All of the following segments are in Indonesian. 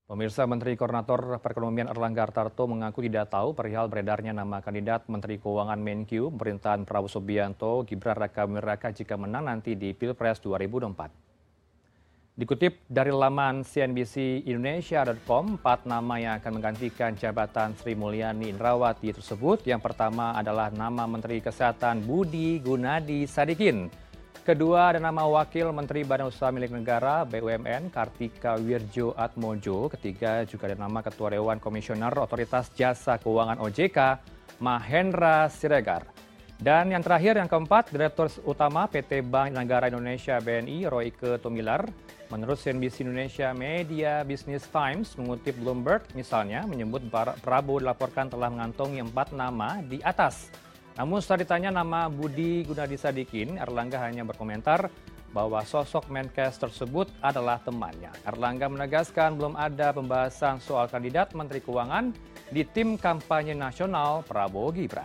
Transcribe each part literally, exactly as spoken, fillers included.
Pemirsa Menteri Koordinator Perekonomian Erlangga Hartarto mengaku tidak tahu perihal beredarnya nama kandidat Menteri Keuangan Menkyu pemerintahan Prabowo Subianto Gibran Rakabuming Raka jika menang nanti di Pilpres dua ribu dua puluh empat. Dikutip dari laman C N B C Indonesia titik com, empat nama yang akan menggantikan jabatan Sri Mulyani Indrawati tersebut. Yang pertama adalah nama Menteri Kesehatan Budi Gunadi Sadikin. Kedua ada nama Wakil Menteri Badan Usaha Milik Negara B U M N Kartika Wirjo Atmojo. Ketiga juga ada nama Ketua Dewan Komisioner Otoritas Jasa Keuangan O J K Mahendra Siregar. Dan yang terakhir yang keempat, Direktur Utama P T Bank Negara Indonesia B N I Royke Tumilar. Menurut C N B C Indonesia Media Business Times mengutip Bloomberg misalnya menyebut Prabowo dilaporkan telah mengantongi empat nama di atas. Namun setelah ditanya nama Budi Gunadi Sadikin, Erlangga hanya berkomentar bahwa sosok Menkes tersebut adalah temannya. Erlangga menegaskan belum ada pembahasan soal kandidat Menteri Keuangan di tim kampanye nasional Prabowo Gibran.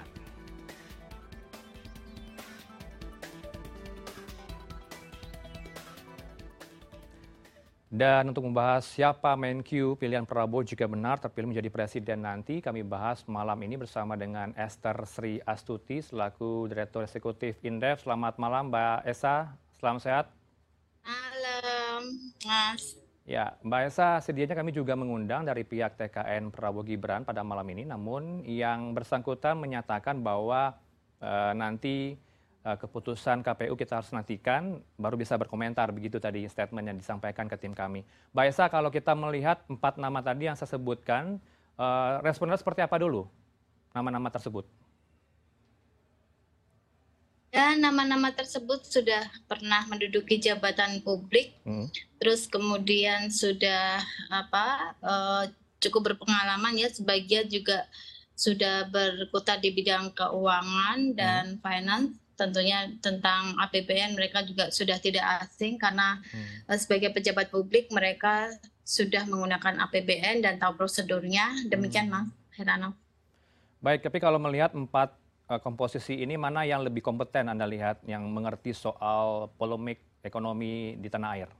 Dan untuk membahas siapa Menkyu pilihan Prabowo jika benar terpilih menjadi presiden nanti, kami bahas malam ini bersama dengan Esther Sri Astuti selaku Direktur Eksekutif Indef. Selamat malam Mbak Esa, selamat sehat. Malam, Mas. Ya, Mbak Esa, sedianya kami juga mengundang dari pihak T K N Prabowo Gibran pada malam ini, namun yang bersangkutan menyatakan bahwa e, nanti keputusan K P U kita harus nantikan, baru bisa berkomentar, begitu tadi statement yang disampaikan ke tim kami. Mbak Esa, kalau kita melihat empat nama tadi yang saya sebutkan, responnya seperti apa dulu nama-nama tersebut? Ya, nama-nama tersebut sudah pernah menduduki jabatan publik, hmm. terus kemudian sudah apa uh, cukup berpengalaman ya, sebagian juga sudah berkutat di bidang keuangan dan hmm. finance. Tentunya tentang A P B N mereka juga sudah tidak asing karena hmm. sebagai pejabat publik mereka sudah menggunakan A P B N dan tahu prosedurnya. Demikian hmm. Mas Heranov. Baik, tapi kalau melihat empat uh, komposisi ini, mana yang lebih kompeten Anda lihat yang mengerti soal polemik ekonomi di tanah air?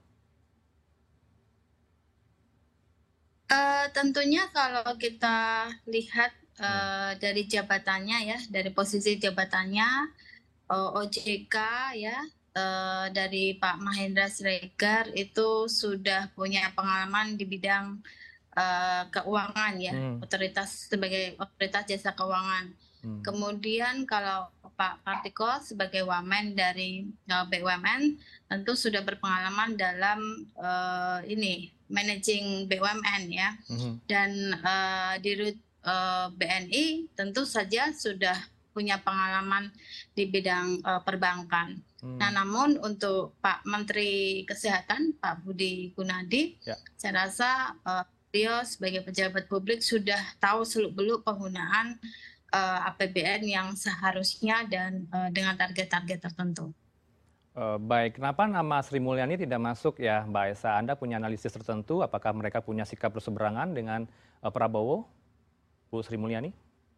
Uh, tentunya kalau kita lihat uh, hmm. dari jabatannya ya, dari posisi jabatannya, O J K ya uh, dari Pak Mahendra Siregar itu sudah punya pengalaman di bidang uh, keuangan ya, hmm. otoritas sebagai otoritas jasa keuangan. Hmm. Kemudian kalau Pak Kartiko sebagai wamen dari uh, B U M N tentu sudah berpengalaman dalam uh, ini managing B U M N ya, hmm. dan uh, di uh, B N I tentu saja sudah punya pengalaman di bidang uh, perbankan. Hmm. Nah, namun untuk Pak Menteri Kesehatan, Pak Budi Gunadi, ya. saya rasa uh, beliau sebagai pejabat publik sudah tahu seluk-beluk penggunaan uh, A P B N yang seharusnya dan uh, dengan target-target tertentu. Uh, baik, kenapa nama Sri Mulyani tidak masuk ya, Mbak Esa? Anda punya analisis tertentu? Apakah mereka punya sikap berseberangan dengan uh, Prabowo, Bu Sri Mulyani?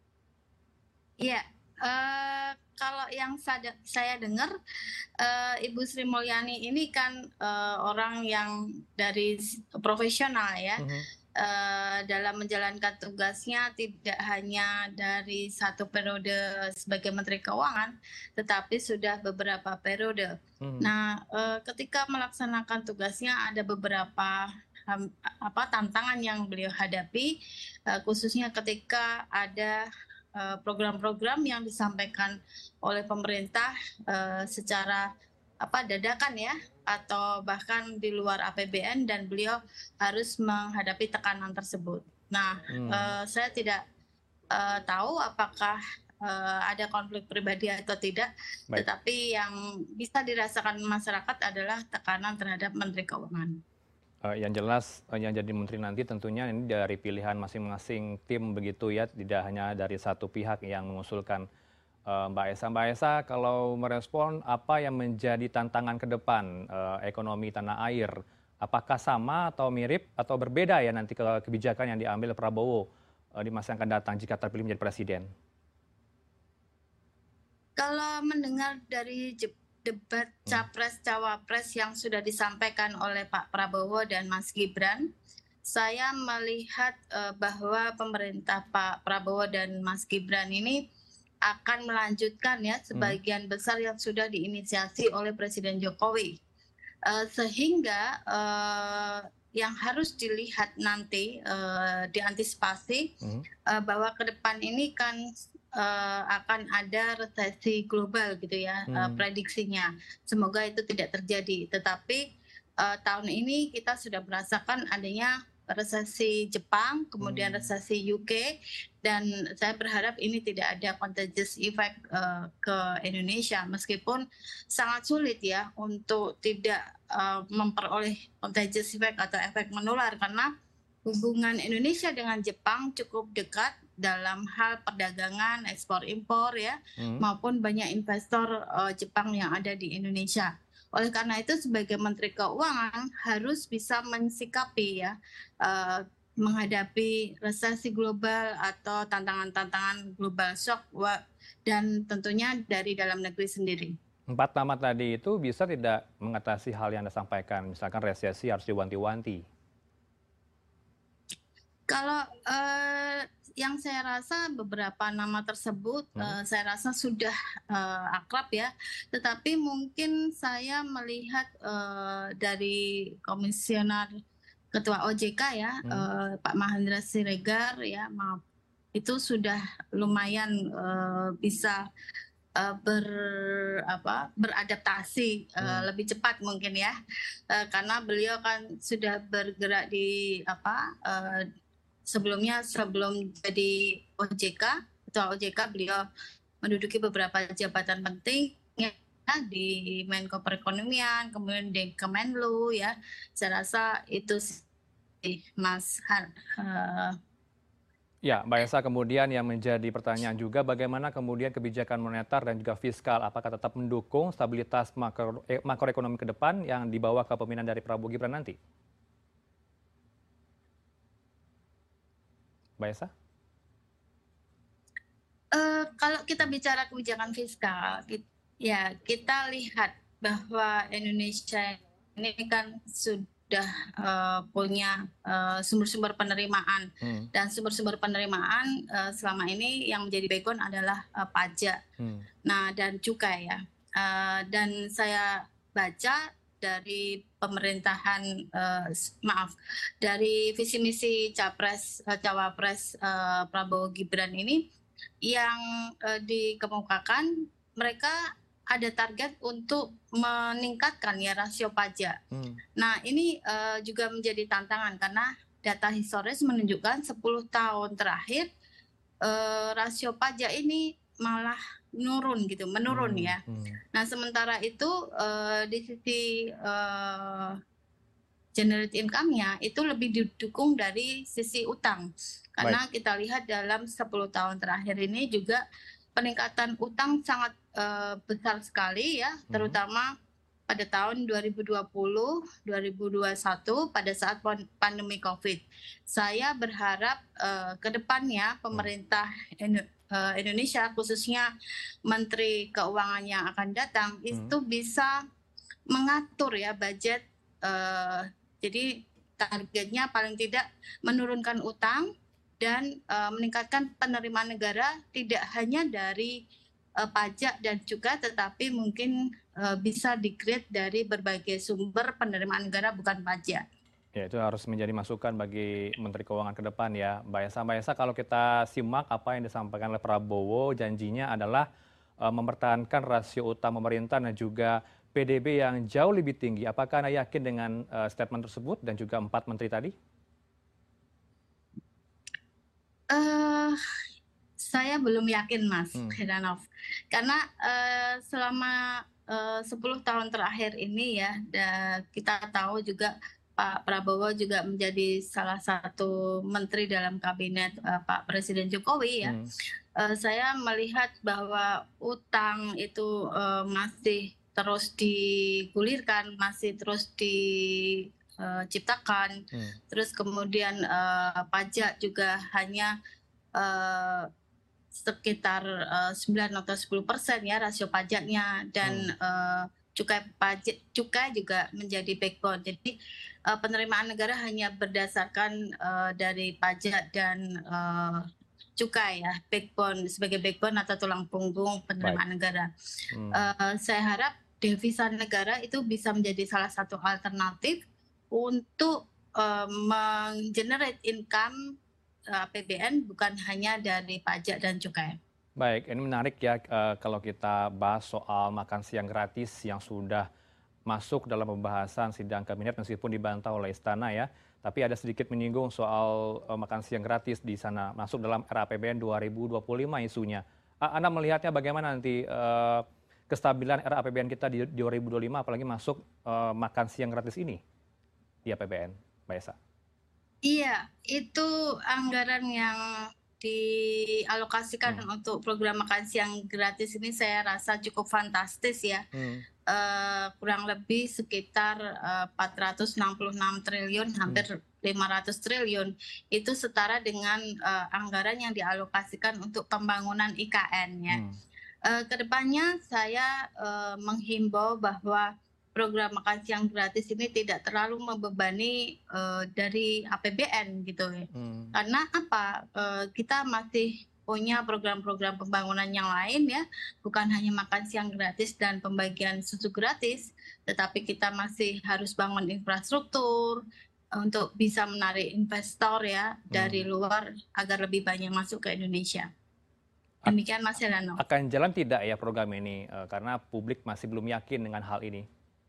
Iya. Uh, kalau yang saya, saya dengar uh, Ibu Sri Mulyani ini kan uh, orang yang dari profesional ya, uh-huh. uh, dalam menjalankan tugasnya tidak hanya dari satu periode sebagai Menteri Keuangan, tetapi sudah beberapa periode. Uh-huh. Nah, uh, ketika melaksanakan tugasnya ada beberapa um, apa tantangan yang beliau hadapi, uh, khususnya ketika ada program-program yang disampaikan oleh pemerintah uh, secara apa dadakan ya, atau bahkan di luar A P B N, dan beliau harus menghadapi tekanan tersebut. Nah, hmm. uh, saya tidak uh, tahu apakah uh, ada konflik pribadi atau tidak. Baik. Tetapi yang bisa dirasakan masyarakat adalah tekanan terhadap Menteri Keuangan. Uh, yang jelas uh, yang jadi menteri nanti tentunya ini dari pilihan masing-masing tim begitu ya, tidak hanya dari satu pihak yang mengusulkan. uh, Mbak Esa, Mbak Esa kalau merespon apa yang menjadi tantangan ke depan uh, ekonomi tanah air, apakah sama atau mirip atau berbeda ya nanti ke kebijakan yang diambil Prabowo uh, di masa yang akan datang jika terpilih menjadi presiden? Kalau mendengar dari debat Capres-Cawapres yang sudah disampaikan oleh Pak Prabowo dan Mas Gibran, saya melihat uh, bahwa pemerintah Pak Prabowo dan Mas Gibran ini akan melanjutkan ya Hmm. sebagian besar yang sudah diinisiasi oleh Presiden Jokowi. Uh, sehingga uh, yang harus dilihat nanti uh, diantisipasi Hmm. uh, bahwa ke depan ini kan uh, akan ada resesi global gitu ya, uh, Hmm. prediksinya. Semoga itu tidak terjadi. Tetapi uh, tahun ini kita sudah merasakan adanya resesi Jepang, kemudian Hmm. resesi U K, dan saya berharap ini tidak ada contagious effect uh, ke Indonesia, meskipun sangat sulit ya untuk tidak uh, memperoleh contagious effect atau efek menular, karena hubungan Indonesia dengan Jepang cukup dekat dalam hal perdagangan, ekspor impor ya, Hmm. maupun banyak investor uh, Jepang yang ada di Indonesia. Oleh karena itu sebagai Menteri Keuangan harus bisa mensikapi ya uh, menghadapi resesi global atau tantangan-tantangan global shock dan tentunya dari dalam negeri sendiri. Empat nama tadi itu bisa tidak mengatasi hal yang Anda sampaikan, misalkan resesi harus diwanti-wanti? Kalau uh, yang saya rasa beberapa nama tersebut Hmm. uh, saya rasa sudah uh, akrab ya, tetapi mungkin saya melihat uh, dari Komisioner Ketua O J K ya, Hmm. uh, Pak Mahendra Siregar ya, maaf, itu sudah lumayan uh, bisa uh, ber apa beradaptasi uh, Hmm. lebih cepat mungkin ya, uh, karena beliau kan sudah bergerak di apa uh, sebelumnya sebelum jadi O J K, Ketua O J K, beliau menduduki beberapa jabatan penting ya, di Menko Perekonomian, kemudian di Kemenlu ya. Saya rasa itu sih Mas Han. Uh, Ya, Mbak Esa, kemudian yang menjadi pertanyaan juga bagaimana kemudian kebijakan moneter dan juga fiskal, apakah tetap mendukung stabilitas makro, eh, makroekonomi ke depan yang dibawa kepemimpinan dari Prabowo Gibran nanti? Mbak Esa? Uh, kalau kita bicara kebijakan fiskal, ya kita lihat bahwa Indonesia ini kan sudah uh, punya uh, sumber-sumber penerimaan, Hmm. dan sumber-sumber penerimaan uh, selama ini yang menjadi backbone adalah uh, pajak, Hmm. nah dan cukai ya. Uh, dan saya baca dari pemerintahan uh, maaf dari visi misi capres uh, cawapres uh, Prabowo Gibran ini yang uh, dikemukakan, mereka ada target untuk meningkatkan ya rasio pajak. Hmm. Nah ini uh, juga menjadi tantangan karena data historis menunjukkan sepuluh tahun terakhir uh, rasio pajak ini malah menurun gitu, menurun Hmm. ya. Hmm. Nah sementara itu uh, di sisi uh, generate income-nya itu lebih didukung dari sisi utang. Karena Baik. kita lihat dalam sepuluh tahun terakhir ini juga peningkatan utang sangat uh, besar sekali ya, Hmm. terutama pada tahun dua ribu dua puluh, dua ribu dua puluh satu pada saat pandemi Covid. Saya berharap uh, ke depannya pemerintah uh, Indonesia, khususnya Menteri Keuangan yang akan datang, Hmm. itu bisa mengatur ya budget, uh, jadi targetnya paling tidak menurunkan utang dan uh, meningkatkan penerimaan negara tidak hanya dari uh, pajak dan juga, tetapi mungkin uh, bisa di-create dari berbagai sumber penerimaan negara bukan pajak. Ya, itu harus menjadi masukan bagi Menteri Keuangan ke depan ya, Mbak Esa. Mbak Esa, kalau kita simak apa yang disampaikan oleh Prabowo, janjinya adalah uh, mempertahankan rasio utang pemerintah dan juga P D B yang jauh lebih tinggi. Apakah Anda yakin dengan uh, statement tersebut dan juga empat menteri tadi? Uh, saya belum yakin Mas Hmm. Heranov, karena uh, selama uh, sepuluh tahun terakhir ini ya, da, kita tahu juga Pak Prabowo juga menjadi salah satu menteri dalam kabinet uh, Pak Presiden Jokowi ya. Hmm. Uh, saya melihat bahwa utang itu uh, masih terus digulirkan, masih terus diciptakan, hmm. terus kemudian uh, pajak juga hanya uh, sekitar uh, sembilan atau sepuluh persen ya rasio pajaknya, dan hmm. uh, cukai pajak cukai juga menjadi backbone. Jadi uh, penerimaan negara hanya berdasarkan uh, dari pajak dan uh, cukai ya, backbone sebagai backbone atau tulang punggung Baik. penerimaan negara. Hmm. Uh, saya harap devisa negara itu bisa menjadi salah satu alternatif untuk uh, menggenerate income uh, A P B N bukan hanya dari pajak dan cukai. Baik, ini menarik ya eh, kalau kita bahas soal makan siang gratis yang sudah masuk dalam pembahasan sidang kabinet meskipun dibantah oleh istana ya. Tapi ada sedikit menyinggung soal eh, makan siang gratis di sana masuk dalam R A P B N dua ribu dua puluh lima isunya. A- Anda melihatnya bagaimana nanti eh, kestabilan R A P B N kita di dua ribu dua puluh lima apalagi masuk eh, makan siang gratis ini di A P B N, Mbak Esa? Iya, itu anggaran yang dialokasikan Hmm. untuk program makan siang gratis ini saya rasa cukup fantastis ya. Hmm. Uh, kurang lebih sekitar uh, empat ratus enam puluh enam triliun, hampir Hmm. lima ratus triliun. Itu setara dengan uh, anggaran yang dialokasikan untuk pembangunan I K N ya. Hmm. Uh, kedepannya saya uh, menghimbau bahwa program makan siang gratis ini tidak terlalu membebani uh, dari A P B N gitu ya. Hmm. Karena apa? Uh, kita masih punya program-program pembangunan yang lain ya, bukan hanya makan siang gratis dan pembagian susu gratis, tetapi kita masih harus bangun infrastruktur untuk bisa menarik investor ya dari Hmm. luar agar lebih banyak masuk ke Indonesia. Demikian Mas Helano. Akan jalan tidak ya program ini eh, karena publik masih belum yakin dengan hal ini?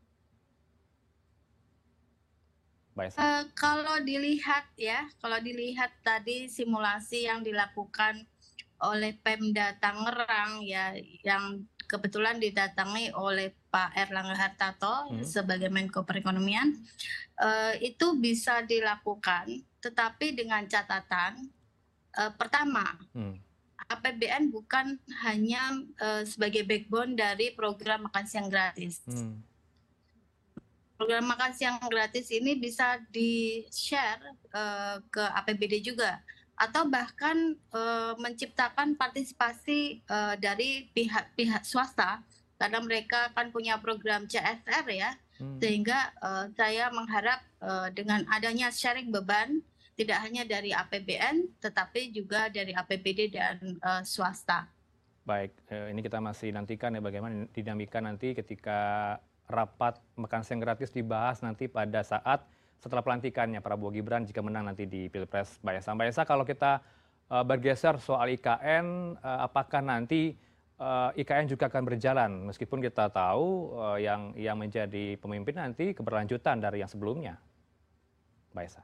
Uh, kalau dilihat ya, kalau dilihat tadi simulasi yang dilakukan oleh Pemda Tangerang ya, yang kebetulan didatangi oleh Pak Erlangga Hartarto hmm. sebagai Menko Perekonomian, uh, itu bisa dilakukan, tetapi dengan catatan uh, pertama. Hmm. A P B N bukan hanya uh, sebagai backbone dari program makan siang gratis. Hmm. Program makan siang gratis ini bisa di-share uh, ke A P B D juga, atau bahkan uh, menciptakan partisipasi uh, dari pihak-pihak swasta, karena mereka akan punya program C S R ya, hmm. sehingga uh, saya mengharap uh, dengan adanya sharing beban, tidak hanya dari A P B N, tetapi juga dari A P B D dan uh, swasta. Baik, ini kita masih nantikan ya bagaimana dinamika nanti ketika rapat makan siang gratis dibahas nanti pada saat setelah pelantikannya Prabowo Gibran jika menang nanti di Pilpres. Mbak Esa, Mbak Esa kalau kita uh, bergeser soal I K N, uh, apakah nanti uh, I K N juga akan berjalan meskipun kita tahu uh, yang yang menjadi pemimpin nanti keberlanjutan dari yang sebelumnya, Mbak Esa?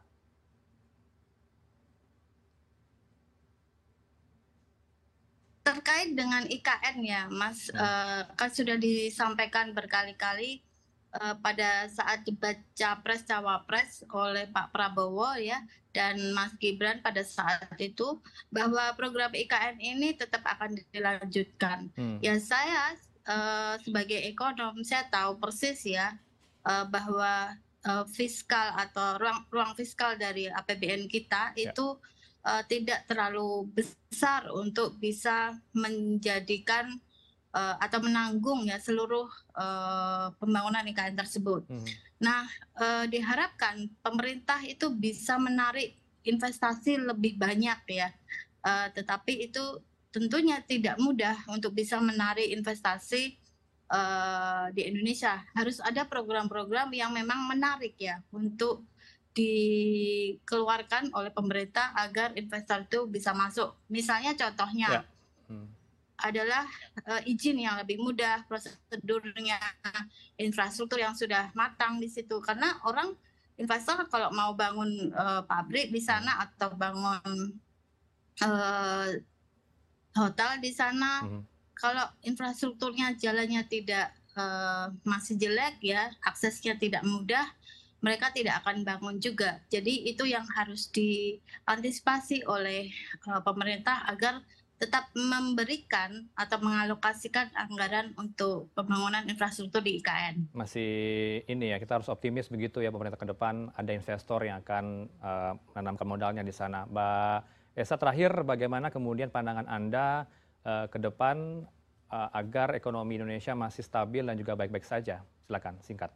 Terkait dengan I K N ya, Mas, hmm. uh, kan sudah disampaikan berkali-kali uh, pada saat debat Capres Cawapres oleh Pak Prabowo ya dan Mas Gibran pada saat itu bahwa program I K N ini tetap akan dilanjutkan. Hmm. Ya saya uh, sebagai ekonom saya tahu persis ya uh, bahwa uh, fiskal atau ruang ruang fiskal dari A P B N kita ya. itu Uh, tidak terlalu besar untuk bisa menjadikan uh, atau menanggung ya seluruh uh, pembangunan I K N tersebut. Hmm. Nah, uh, diharapkan pemerintah itu bisa menarik investasi lebih banyak ya, uh, tetapi itu tentunya tidak mudah untuk bisa menarik investasi uh, di Indonesia. Harus ada program-program yang memang menarik ya untuk dikeluarkan oleh pemerintah agar investor itu bisa masuk. Misalnya contohnya ya. hmm. adalah uh, izin yang lebih mudah, prosedurnya, infrastruktur yang sudah matang di situ. Karena orang investor kalau mau bangun uh, pabrik di sana hmm. atau bangun uh, hotel di sana, hmm. kalau infrastrukturnya jalannya tidak uh, masih jelek ya, aksesnya tidak mudah, mereka tidak akan bangun juga. Jadi itu yang harus diantisipasi oleh uh, pemerintah agar tetap memberikan atau mengalokasikan anggaran untuk pembangunan infrastruktur di I K N. Masih ini ya, kita harus optimis begitu ya pemerintah ke depan ada investor yang akan uh, menanamkan modalnya di sana. Mbak Esa, terakhir bagaimana kemudian pandangan Anda uh, ke depan uh, agar ekonomi Indonesia masih stabil dan juga baik-baik saja Silakan, singkat.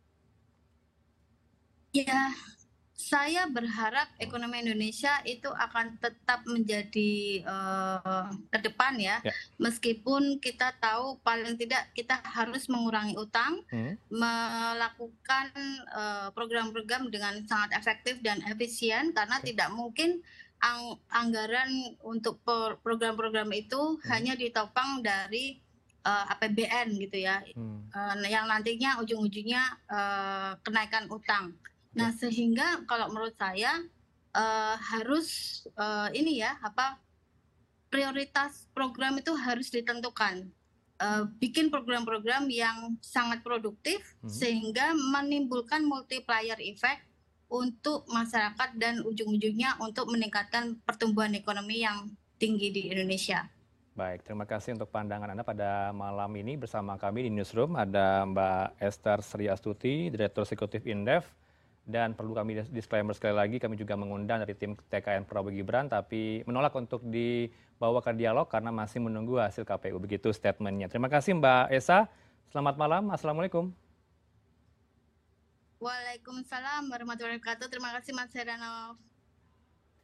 Ya, saya berharap ekonomi Indonesia itu akan tetap menjadi uh, ke depan ya, ya, meskipun kita tahu paling tidak kita harus mengurangi utang, hmm. melakukan program-program uh, dengan sangat efektif dan efisien, karena okay. tidak mungkin ang anggaran untuk program-program itu hmm. hanya ditopang dari uh, A P B N gitu ya, hmm. uh, yang nantinya ujung-ujungnya uh, kenaikan utang. Nah, sehingga kalau menurut saya uh, harus uh, ini ya apa prioritas program itu harus ditentukan. Uh, bikin program-program yang sangat produktif hmm. sehingga menimbulkan multiplier effect untuk masyarakat dan ujung-ujungnya untuk meningkatkan pertumbuhan ekonomi yang tinggi di Indonesia. Baik, terima kasih untuk pandangan Anda pada malam ini. Bersama kami di Newsroom ada Mbak Esther Sri Astuti, Direktur Eksekutif Indef. Dan perlu kami disclaimer sekali lagi, kami juga mengundang dari tim T K N Prabowo Gibran, tapi menolak untuk dibawa ke dialog karena masih menunggu hasil K P U. Begitu statementnya. Terima kasih Mbak Esa. Selamat malam. Assalamualaikum. Waalaikumsalam warahmatullahi wabarakatuh. Terima kasih Mas Heranov.